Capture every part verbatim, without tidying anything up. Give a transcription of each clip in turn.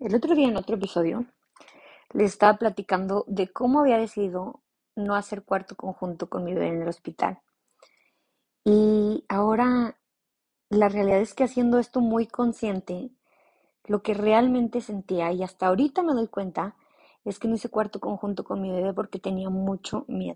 El otro día en otro episodio les estaba platicando de cómo había decidido no hacer cuarto conjunto con mi bebé en el hospital. Y ahora la realidad es que haciendo esto muy consciente, lo que realmente sentía, y hasta ahorita me doy cuenta, es que no hice cuarto conjunto con mi bebé porque tenía mucho miedo.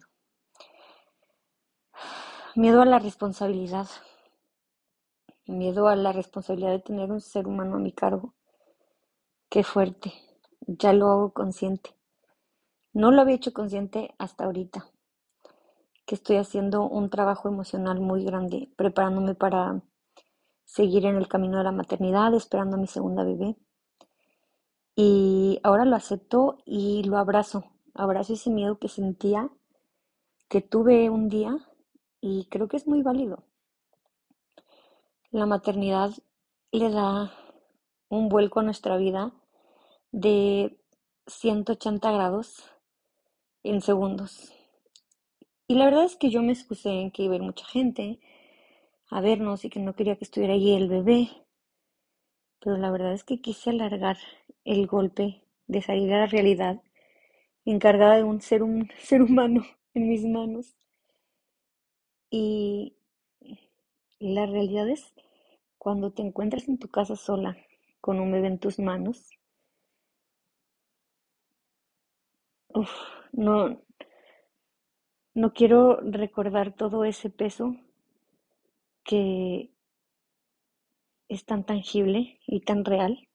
Miedo a la responsabilidad, miedo a la responsabilidad de tener un ser humano a mi cargo. Qué fuerte, ya lo hago consciente. No lo había hecho consciente hasta ahorita, que estoy haciendo un trabajo emocional muy grande, preparándome para seguir en el camino de la maternidad, esperando a mi segunda bebé. Y ahora lo acepto y lo abrazo. Abrazo ese miedo que sentía, que tuve un día, y creo que es muy válido. La maternidad le da un vuelco a nuestra vida de ciento ochenta grados en segundos. Y la verdad es que yo me excusé en que iba a ir mucha gente a vernos y que no quería que estuviera allí el bebé, pero la verdad es que quise alargar el golpe de salir a la realidad encargada de un ser, un ser humano en mis manos. Y la realidad es cuando te encuentras en tu casa sola con un bebé en tus manos, uf, no, no quiero recordar todo ese peso que es tan tangible y tan real.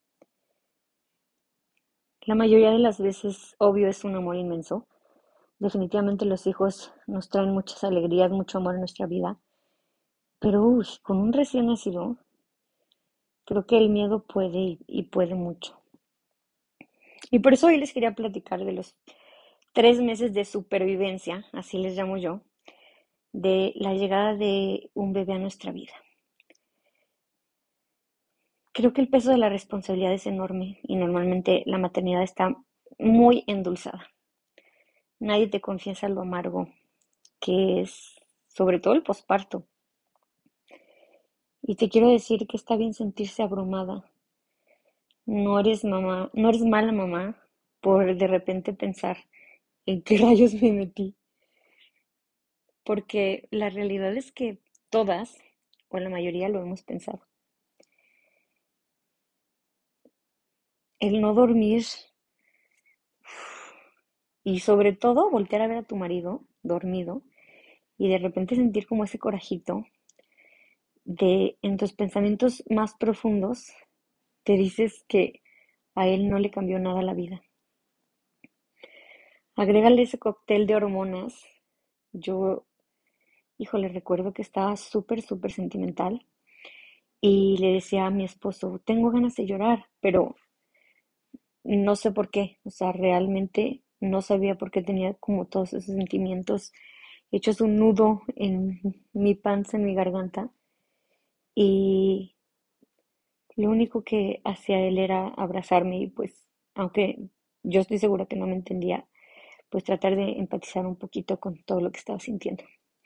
La mayoría de las veces, obvio, es un amor inmenso. Definitivamente los hijos nos traen muchas alegrías, mucho amor en nuestra vida, pero uy, con un recién nacido, creo que el miedo puede y, y puede mucho. Y por eso hoy les quería platicar de los tres meses de supervivencia, así les llamo yo, de la llegada de un bebé a nuestra vida. Creo que el peso de la responsabilidad es enorme y normalmente la maternidad está muy endulzada. Nadie te confiesa lo amargo que es, sobre todo el posparto. Y te quiero decir que está bien sentirse abrumada. No eres mamá, no eres mala mamá por de repente pensar en qué rayos me metí. Porque la realidad es que todas, o la mayoría, lo hemos pensado. El no dormir y sobre todo voltear a ver a tu marido dormido y de repente sentir como ese corajito de en tus pensamientos más profundos te dices que a él no le cambió nada la vida. Agrégale ese cóctel de hormonas. Yo, híjole, recuerdo que estaba súper, súper sentimental y le decía a mi esposo, tengo ganas de llorar, pero no sé por qué. O sea, realmente no sabía por qué tenía como todos esos sentimientos hechos un nudo en mi panza, en mi garganta. Y lo único que hacía él era abrazarme y pues, aunque yo estoy segura que no me entendía, pues tratar de empatizar un poquito con todo lo que estaba sintiendo.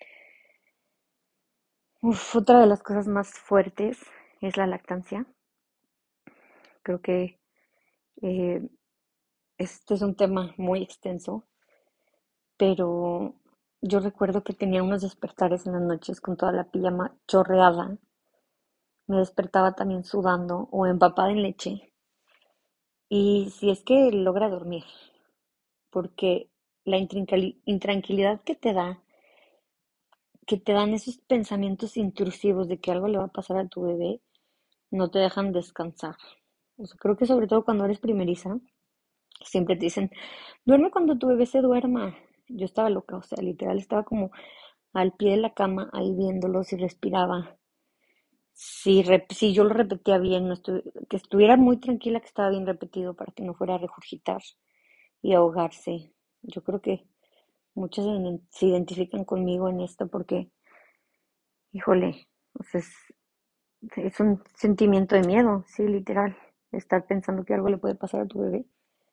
Uf, otra de las cosas más fuertes es la lactancia. Creo que eh, este es un tema muy extenso, pero yo recuerdo que tenía unos despertares en las noches con toda la pijama chorreada. Me despertaba también sudando o empapada en leche. Y si es que logra dormir, porque la intranquilidad que te da, que te dan esos pensamientos intrusivos de que algo le va a pasar a tu bebé, no te dejan descansar. O sea, creo que sobre todo cuando eres primeriza, siempre te dicen, duerme cuando tu bebé se duerma. Yo estaba loca, o sea, literal estaba como al pie de la cama, ahí viéndolo, si respiraba, si, rep- si yo lo repetía bien, no estu- que estuviera muy tranquila que estaba bien repetido para que no fuera a regurgitar y ahogarse. Yo creo que muchas se, iden- se identifican conmigo en esto porque, híjole, o sea, es, es un sentimiento de miedo, sí, literal, estar pensando que algo le puede pasar a tu bebé.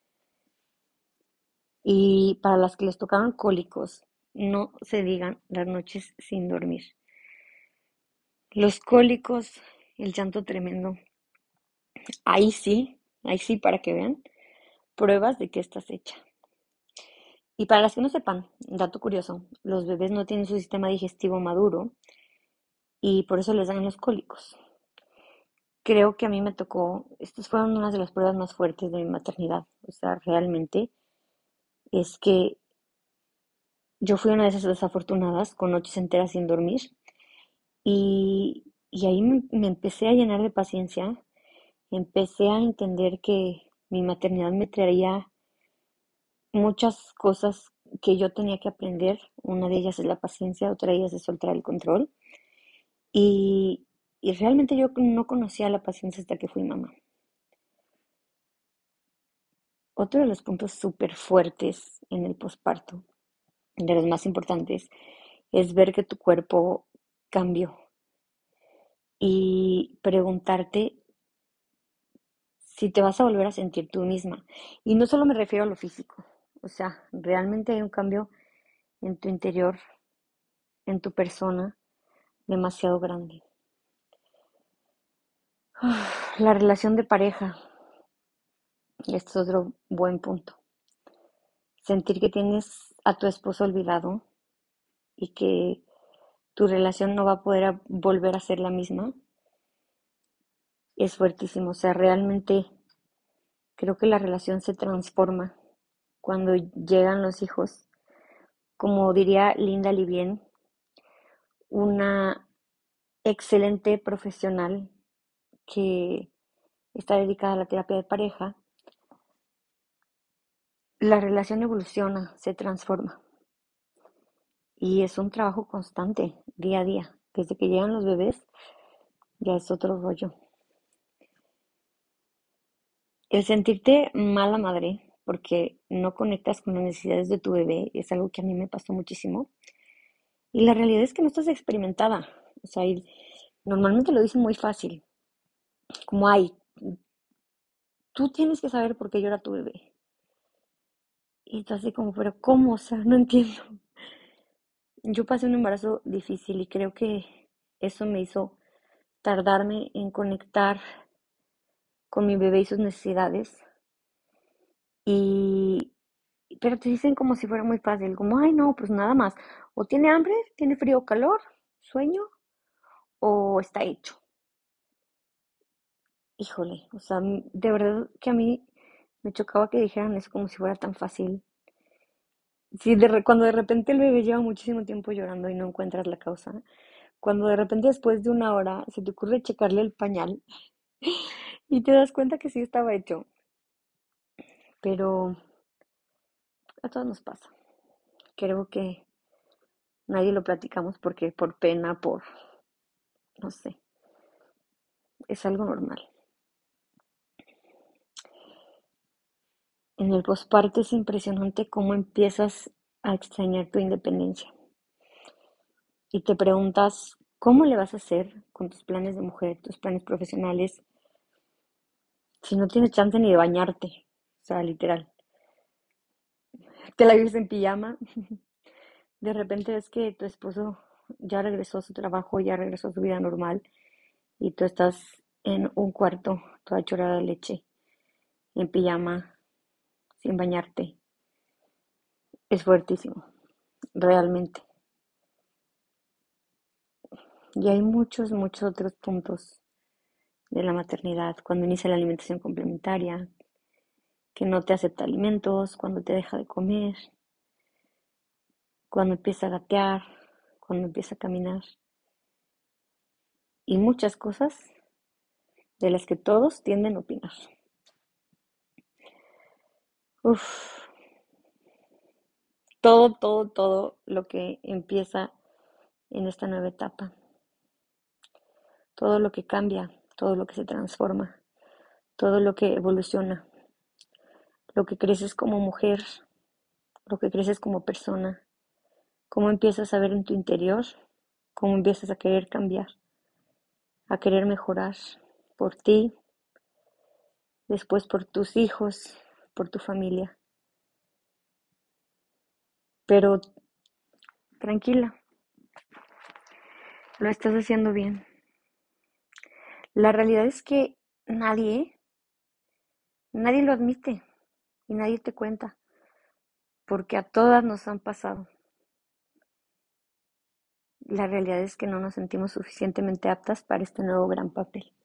Y para las que les tocaron cólicos, no se digan las noches sin dormir. Los cólicos, el llanto tremendo, ahí sí. ahí sí para que vean, pruebas de que estás hecha. Y para las que no sepan, dato curioso, los bebés no tienen su sistema digestivo maduro y por eso les dan los cólicos. Creo que a mí me tocó, estas fueron unas de las pruebas más fuertes de mi maternidad. O sea, realmente es que yo fui una de esas desafortunadas con noches enteras sin dormir y, y ahí me, me empecé a llenar de paciencia, empecé a entender que mi maternidad me traería muchas cosas que yo tenía que aprender. Una de ellas es la paciencia, otra de ellas es soltar el control. Y, y realmente yo no conocía la paciencia hasta que fui mamá. Otro de los puntos súper fuertes en el posparto, de los más importantes, es ver que tu cuerpo cambió y preguntarte si te vas a volver a sentir tú misma. Y no solo me refiero a lo físico, o sea, realmente hay un cambio en tu interior, en tu persona, demasiado grande. La relación de pareja, y esto es otro buen punto. Sentir que tienes a tu esposo olvidado y que tu relación no va a poder a- volver a ser la misma, es fuertísimo. O sea, realmente creo que la relación se transforma cuando llegan los hijos. Como diría Linda Livien, una excelente profesional que está dedicada a la terapia de pareja, la relación evoluciona, se transforma. Y es un trabajo constante, día a día. Desde que llegan los bebés, ya es otro rollo. El sentirte mala madre porque no conectas con las necesidades de tu bebé es algo que a mí me pasó muchísimo. Y la realidad es que no estás experimentada. O sea, y normalmente lo dicen muy fácil. Como, ay, tú tienes que saber por qué llora tu bebé. Y tú así como, pero ¿cómo? O sea, no entiendo. Yo pasé un embarazo difícil y creo que eso me hizo tardarme en conectar con mi bebé y sus necesidades. Y, pero te dicen como si fuera muy fácil, como, ay, no, pues nada más. O tiene hambre, tiene frío o calor, sueño, o está hecho. Híjole, o sea, m- de verdad que a mí me chocaba que dijeran eso como si fuera tan fácil. Sí, de re- cuando de repente el bebé lleva muchísimo tiempo llorando y no encuentras la causa, cuando de repente después de una hora se te ocurre checarle el pañal y te das cuenta que sí estaba hecho, pero a todos nos pasa. Creo que nadie lo platicamos porque por pena, por, no sé, es algo normal. En el posparto es impresionante cómo empiezas a extrañar tu independencia y te preguntas cómo le vas a hacer con tus planes de mujer, tus planes profesionales, si no tienes chance ni de bañarte, o sea, literal. Te la vives en pijama, de repente ves que tu esposo ya regresó a su trabajo, ya regresó a su vida normal y tú estás en un cuarto toda chorada de leche, en pijama, sin bañarte. Es fuertísimo, realmente. Y hay muchos, muchos otros puntos de la maternidad, cuando inicia la alimentación complementaria, que no te acepta alimentos, cuando te deja de comer, cuando empieza a gatear, cuando empieza a caminar, y muchas cosas de las que todos tienden a opinar. Uf, todo, todo, todo lo que empieza en esta nueva etapa, todo lo que cambia, todo lo que se transforma, todo lo que evoluciona, lo que creces como mujer, lo que creces como persona, cómo empiezas a ver en tu interior, cómo empiezas a querer cambiar, a querer mejorar por ti, después por tus hijos, por tu familia. Pero tranquila, lo estás haciendo bien. La realidad es que nadie, Nadie lo admite y nadie te cuenta, porque a todas nos han pasado. La realidad es que no nos sentimos suficientemente aptas para este nuevo gran papel.